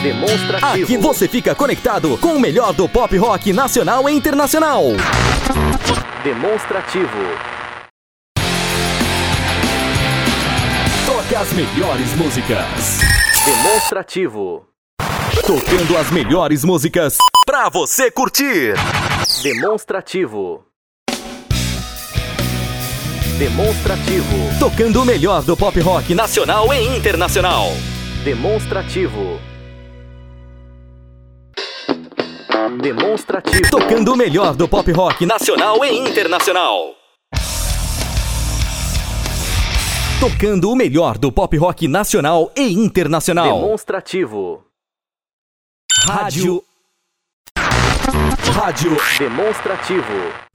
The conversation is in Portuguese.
Demonstrativo. Aqui você fica conectado com o melhor do pop rock nacional e internacional. Demonstrativo. Toca as melhores músicas. Demonstrativo. Tocando as melhores músicas pra você curtir. Demonstrativo. Demonstrativo. Tocando o melhor do pop rock nacional e internacional. Demonstrativo. Demonstrativo. Tocando o melhor do pop rock nacional e internacional. Tocando o melhor do pop rock nacional e internacional. Demonstrativo. Rádio. Demonstrativo.